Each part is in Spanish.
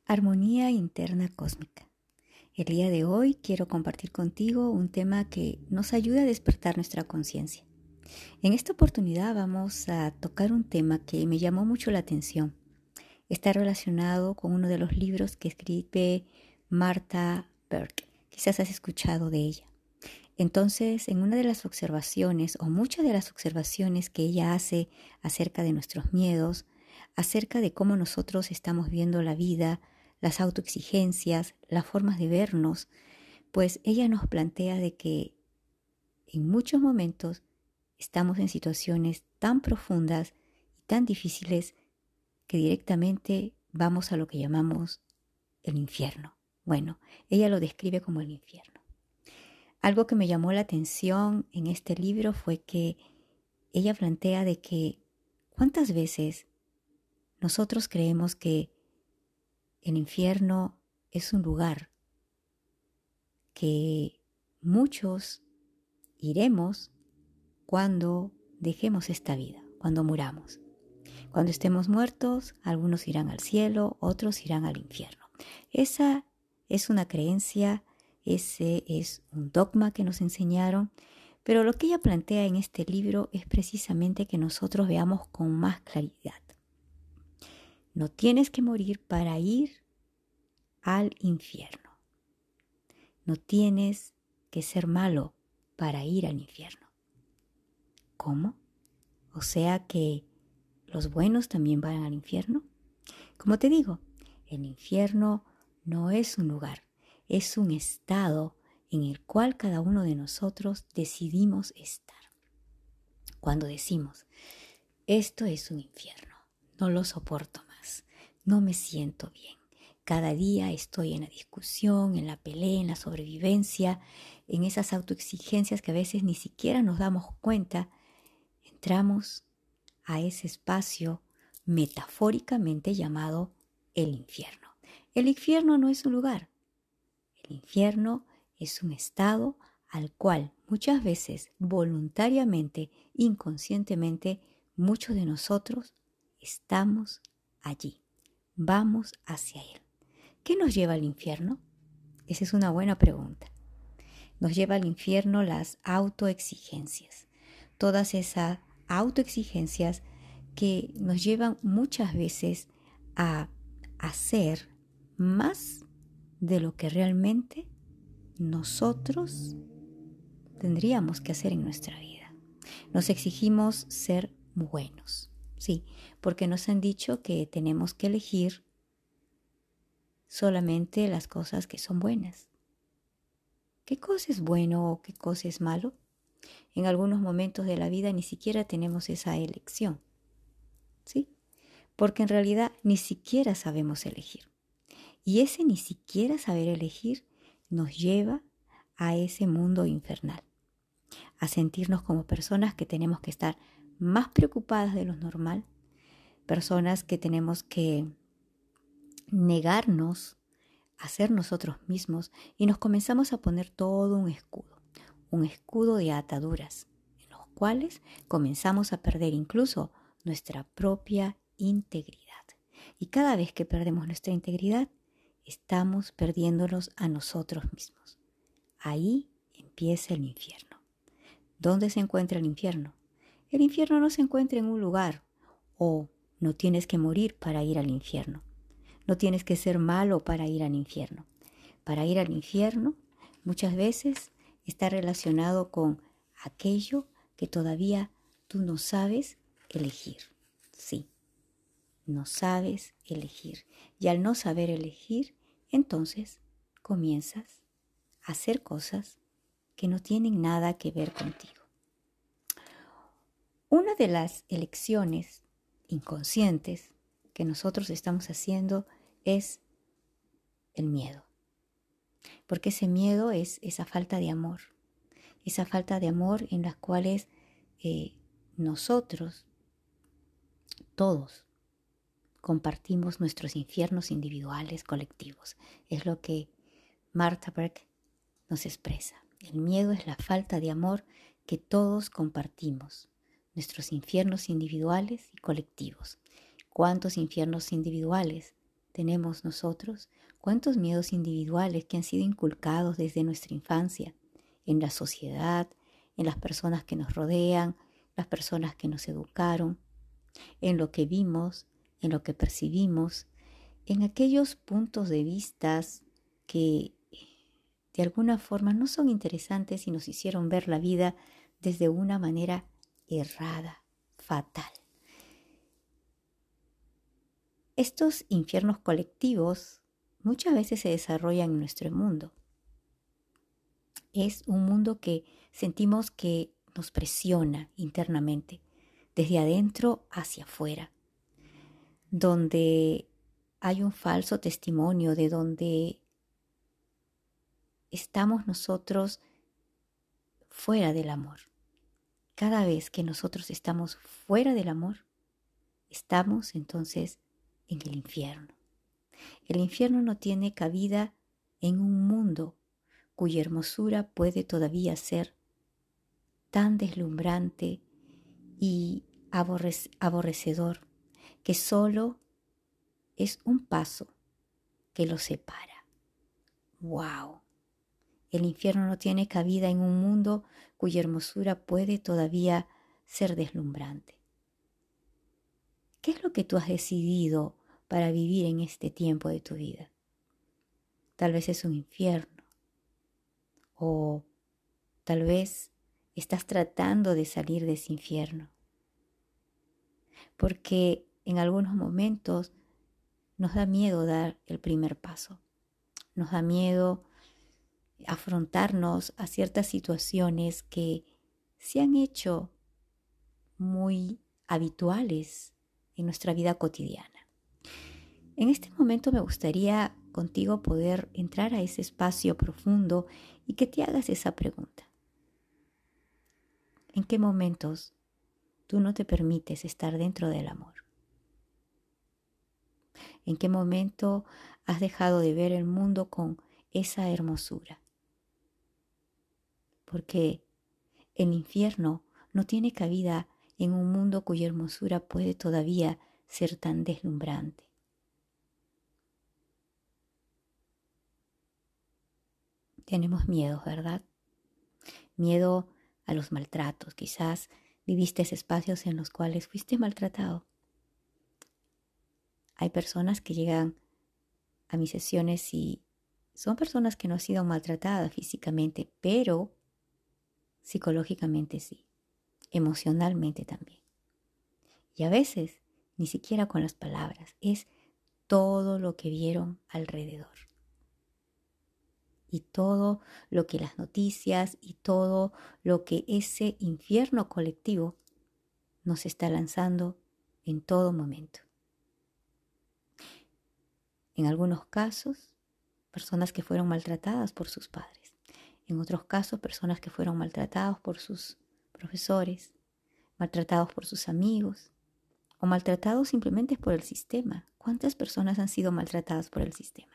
Armonía interna cósmica. El día de hoy quiero compartir contigo un tema que nos ayuda a despertar nuestra conciencia. En esta oportunidad vamos a tocar un tema que me llamó mucho la atención. Está relacionado con uno de los libros que escribe Martha Berg. Quizás has escuchado de ella. Entonces, en una de las observaciones o muchas de las observaciones que ella hace acerca de nuestros miedos, acerca de cómo nosotros estamos viendo la vida, las autoexigencias, las formas de vernos, pues ella nos plantea de que en muchos momentos estamos en situaciones tan profundas y tan difíciles que directamente vamos a lo que llamamos el infierno. Bueno, ella lo describe como el infierno. Algo que me llamó la atención en este libro fue que ella plantea de que ¿cuántas veces nosotros creemos que el infierno es un lugar que muchos iremos cuando dejemos esta vida, cuando muramos? Cuando estemos muertos, algunos irán al cielo, otros irán al infierno. Esa es una creencia, ese es un dogma que nos enseñaron, pero lo que ella plantea en este libro es precisamente que nosotros veamos con más claridad. No tienes que morir para ir al infierno. No tienes que ser malo para ir al infierno. ¿Cómo? O sea que los buenos también van al infierno. Como te digo, el infierno no es un lugar, es un estado en el cual cada uno de nosotros decidimos estar. Cuando decimos, esto es un infierno, no lo soporto más, no me siento bien. Cada día estoy en la discusión, en la pelea, en la sobrevivencia, en esas autoexigencias que a veces ni siquiera nos damos cuenta. Entramos a ese espacio metafóricamente llamado el infierno. El infierno no es un lugar. El infierno es un estado al cual muchas veces voluntariamente, inconscientemente, muchos de nosotros estamos allí. Vamos hacia él. ¿Qué nos lleva al infierno? Esa es una buena pregunta. Nos lleva al infierno las autoexigencias. Todas esas autoexigencias que nos llevan muchas veces a hacer más de lo que realmente nosotros tendríamos que hacer en nuestra vida. Nos exigimos ser buenos, sí, porque nos han dicho que tenemos que elegir solamente las cosas que son buenas. ¿Qué cosa es bueno o qué cosa es malo? En algunos momentos de la vida ni siquiera tenemos esa elección, ¿sí? Porque en realidad ni siquiera sabemos elegir. Y ese ni siquiera saber elegir nos lleva a ese mundo infernal, a sentirnos como personas que tenemos que estar más preocupadas de lo normal, personas que tenemos que negarnos a ser nosotros mismos y nos comenzamos a poner todo un escudo de ataduras, en los cuales comenzamos a perder incluso nuestra propia integridad. Y cada vez que perdemos nuestra integridad, estamos perdiéndonos a nosotros mismos. Ahí empieza el infierno. ¿Dónde se encuentra el infierno? El infierno no se encuentra en un lugar o no tienes que morir para ir al infierno. No tienes que ser malo para ir al infierno. Para ir al infierno muchas veces está relacionado con aquello que todavía tú no sabes elegir. Sí, no sabes elegir. Y al no saber elegir, entonces comienzas a hacer cosas que no tienen nada que ver contigo. Una de las elecciones inconscientes que nosotros estamos haciendo es el miedo. Porque ese miedo es esa falta de amor en las cuales nosotros, todos, compartimos nuestros infiernos individuales, colectivos. Es lo que Martha Berg nos expresa. El miedo es la falta de amor que todos compartimos, nuestros infiernos individuales y colectivos. ¿Cuántos infiernos individuales tenemos nosotros? ¿Cuántos miedos individuales que han sido inculcados desde nuestra infancia en la sociedad, en las personas que nos rodean, las personas que nos educaron, en lo que vimos, en lo que percibimos, en aquellos puntos de vista que de alguna forma no son interesantes y nos hicieron ver la vida desde una manera errada, fatal? Estos infiernos colectivos muchas veces se desarrollan en nuestro mundo. Es un mundo que sentimos que nos presiona internamente, desde adentro hacia afuera, donde hay un falso testimonio de donde estamos nosotros fuera del amor. Cada vez que nosotros estamos fuera del amor, estamos entonces en el infierno. El infierno no tiene cabida en un mundo cuya hermosura puede todavía ser tan deslumbrante y aborrecedor que solo es un paso que lo separa. ¡Wow! El infierno no tiene cabida en un mundo cuya hermosura puede todavía ser deslumbrante. ¿Qué es lo que tú has decidido para vivir en este tiempo de tu vida? Tal vez es un infierno, o tal vez estás tratando de salir de ese infierno, porque en algunos momentos nos da miedo dar el primer paso, nos da miedo afrontarnos a ciertas situaciones que se han hecho muy habituales en nuestra vida cotidiana. En este momento me gustaría contigo poder entrar a ese espacio profundo y que te hagas esa pregunta. ¿En qué momentos tú no te permites estar dentro del amor? ¿En qué momento has dejado de ver el mundo con esa hermosura? Porque el infierno no tiene cabida en un mundo cuya hermosura puede todavía ser tan deslumbrante. Tenemos miedos, ¿verdad? Miedo a los maltratos. Quizás viviste espacios en los cuales fuiste maltratado. Hay personas que llegan a mis sesiones y son personas que no han sido maltratadas físicamente, pero psicológicamente sí, emocionalmente también. Y a veces ni siquiera con las palabras, es todo lo que vieron alrededor. Y todo lo que las noticias y todo lo que ese infierno colectivo nos está lanzando en todo momento. En algunos casos, personas que fueron maltratadas por sus padres. En otros casos, personas que fueron maltratadas por sus profesores, maltratados por sus amigos o maltratados simplemente por el sistema. ¿Cuántas personas han sido maltratadas por el sistema?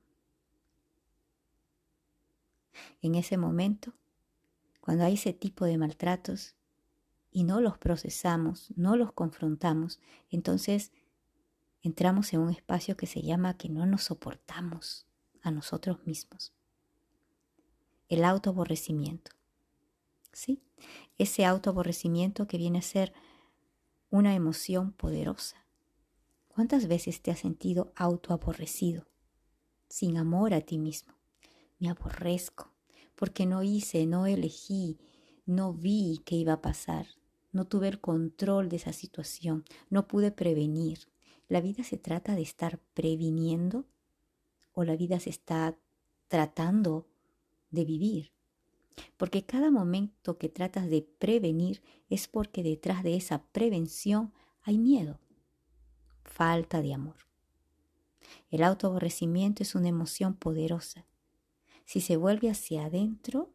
En ese momento, cuando hay ese tipo de maltratos y no los procesamos, no los confrontamos, entonces entramos en un espacio que se llama que no nos soportamos a nosotros mismos. El autoaborrecimiento. ¿Sí? Ese autoaborrecimiento que viene a ser una emoción poderosa. ¿Cuántas veces te has sentido autoaborrecido, sin amor a ti mismo? Me aborrezco porque no hice, no elegí, no vi qué iba a pasar, no tuve el control de esa situación, no pude prevenir. ¿La vida se trata de estar previniendo o la vida se está tratando de vivir? Porque cada momento que tratas de prevenir es porque detrás de esa prevención hay miedo, falta de amor. El autoaborrecimiento es una emoción poderosa. Si se vuelve hacia adentro,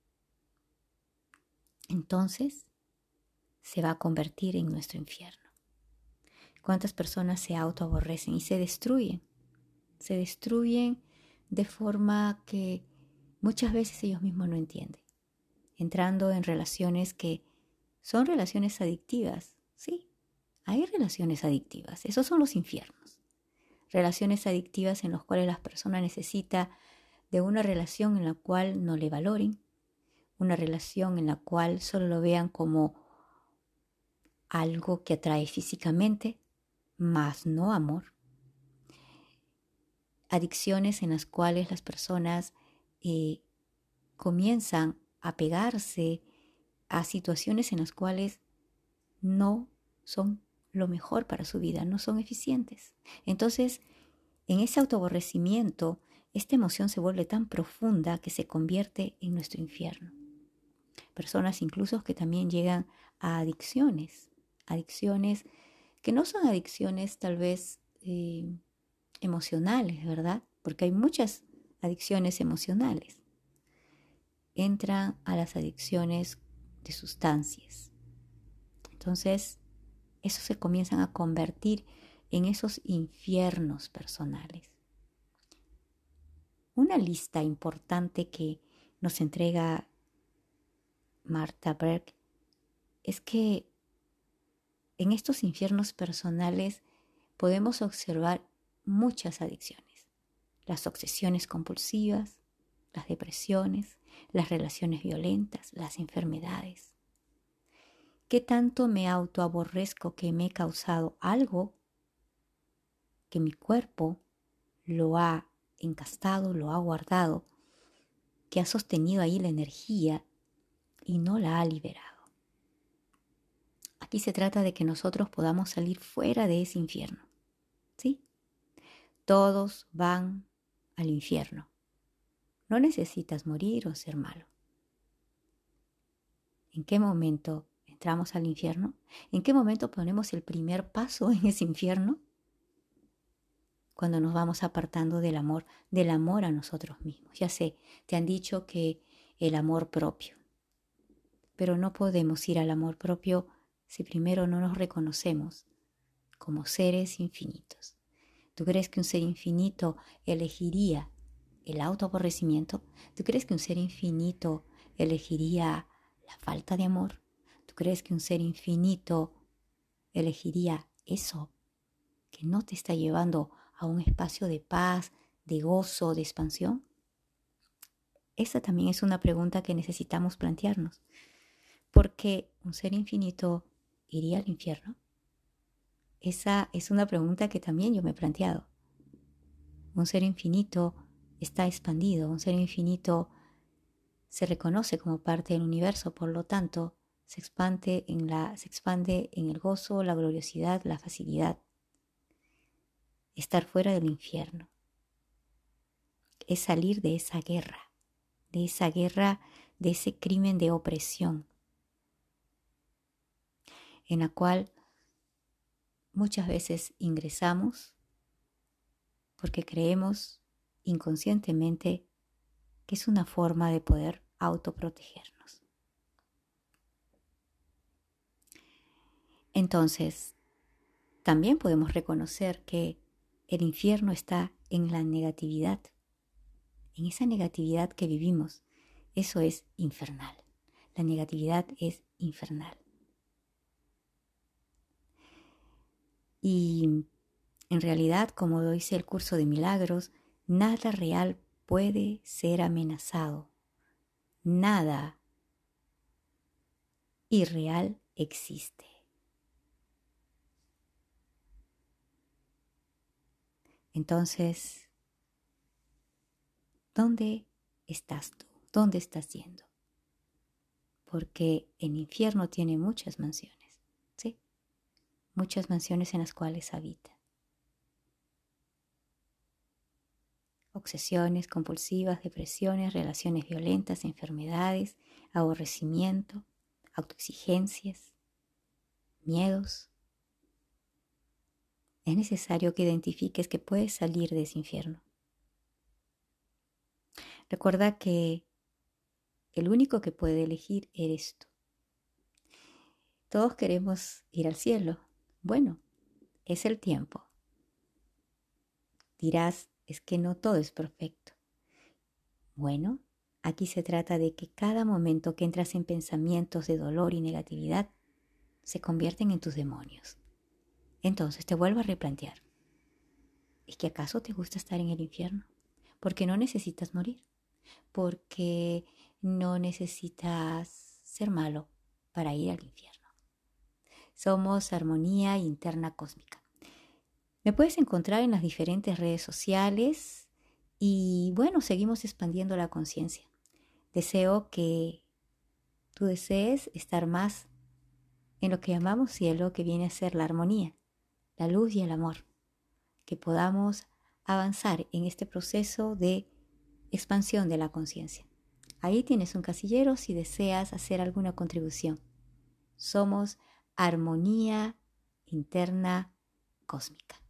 entonces se va a convertir en nuestro infierno. ¿Cuántas personas se autoaborrecen y se destruyen? Se destruyen de forma que muchas veces ellos mismos no entienden, entrando en relaciones que son relaciones adictivas. Sí, hay relaciones adictivas, esos son los infiernos. relaciones adictivas en las cuales la persona necesita de una relación en la cual no le valoren, una relación en la cual solo lo vean como algo que atrae físicamente, más no amor. Adicciones en las cuales las personas comienzan a pegarse a situaciones en las cuales no son lo mejor para su vida, no son eficientes. Entonces, en ese autoaborrecimiento, esta emoción se vuelve tan profunda que se convierte en nuestro infierno. Personas incluso que también llegan a adicciones que no son adicciones tal vez emocionales, ¿verdad? Porque hay muchas adicciones emocionales. Entran a las adicciones de sustancias. Entonces, eso se comienzan a convertir en esos infiernos personales. Una lista importante que nos entrega Marta Berg es que en estos infiernos personales podemos observar muchas adicciones. Las obsesiones compulsivas, las depresiones, las relaciones violentas, las enfermedades. ¿Qué tanto me autoaborrezco que me he causado algo que mi cuerpo lo ha encastado, lo ha guardado, que ha sostenido ahí la energía y no la ha liberado? Aquí se trata de que nosotros podamos salir fuera de ese infierno, ¿sí? Todos van al infierno. No necesitas morir o ser malo. ¿En qué momento entramos al infierno? ¿En qué momento ponemos el primer paso en ese infierno? Cuando nos vamos apartando del amor a nosotros mismos. Ya sé, te han dicho que el amor propio, pero no podemos ir al amor propio si primero no nos reconocemos como seres infinitos. ¿Tú crees que un ser infinito elegiría el autoaborrecimiento? ¿Tú crees que un ser infinito elegiría la falta de amor? ¿Tú crees que un ser infinito elegiría eso que no te está llevando a un espacio de paz, de gozo, de expansión? Esa también es una pregunta que necesitamos plantearnos. ¿Por qué un ser infinito iría al infierno? Esa es una pregunta que también yo me he planteado. Un ser infinito está expandido, un ser infinito se reconoce como parte del universo, por lo tanto, se expande en el gozo, la gloriosidad, la facilidad. Estar fuera del infierno es salir de esa guerra, de ese crimen de opresión, en la cual muchas veces ingresamos porque creemos inconscientemente que es una forma de poder autoprotegernos. Entonces, también podemos reconocer que el infierno está en la negatividad, en esa negatividad que vivimos. Eso es infernal. La negatividad es infernal. Y en realidad, como lo dice el curso de milagros, nada real puede ser amenazado. Nada irreal existe. Entonces, ¿dónde estás tú? ¿Dónde estás yendo? Porque el infierno tiene muchas mansiones, ¿sí? Muchas mansiones en las cuales habita. Obsesiones compulsivas, depresiones, relaciones violentas, enfermedades, aborrecimiento, autoexigencias, miedos. Es necesario que identifiques que puedes salir de ese infierno. Recuerda que el único que puede elegir eres tú. Todos queremos ir al cielo. Bueno, es el tiempo. Dirás, es que no todo es perfecto. Bueno, aquí se trata de que cada momento que entras en pensamientos de dolor y negatividad se convierten en tus demonios. Entonces te vuelvo a replantear. ¿Es que acaso te gusta estar en el infierno? Porque no necesitas morir, porque no necesitas ser malo para ir al infierno. Somos armonía interna cósmica. Me puedes encontrar en las diferentes redes sociales y bueno, seguimos expandiendo la conciencia. Deseo que tú desees estar más en lo que llamamos cielo, que viene a ser la armonía, la luz y el amor. Que podamos avanzar en este proceso de expansión de la conciencia. Ahí tienes un casillero si deseas hacer alguna contribución. Somos armonía interna cósmica.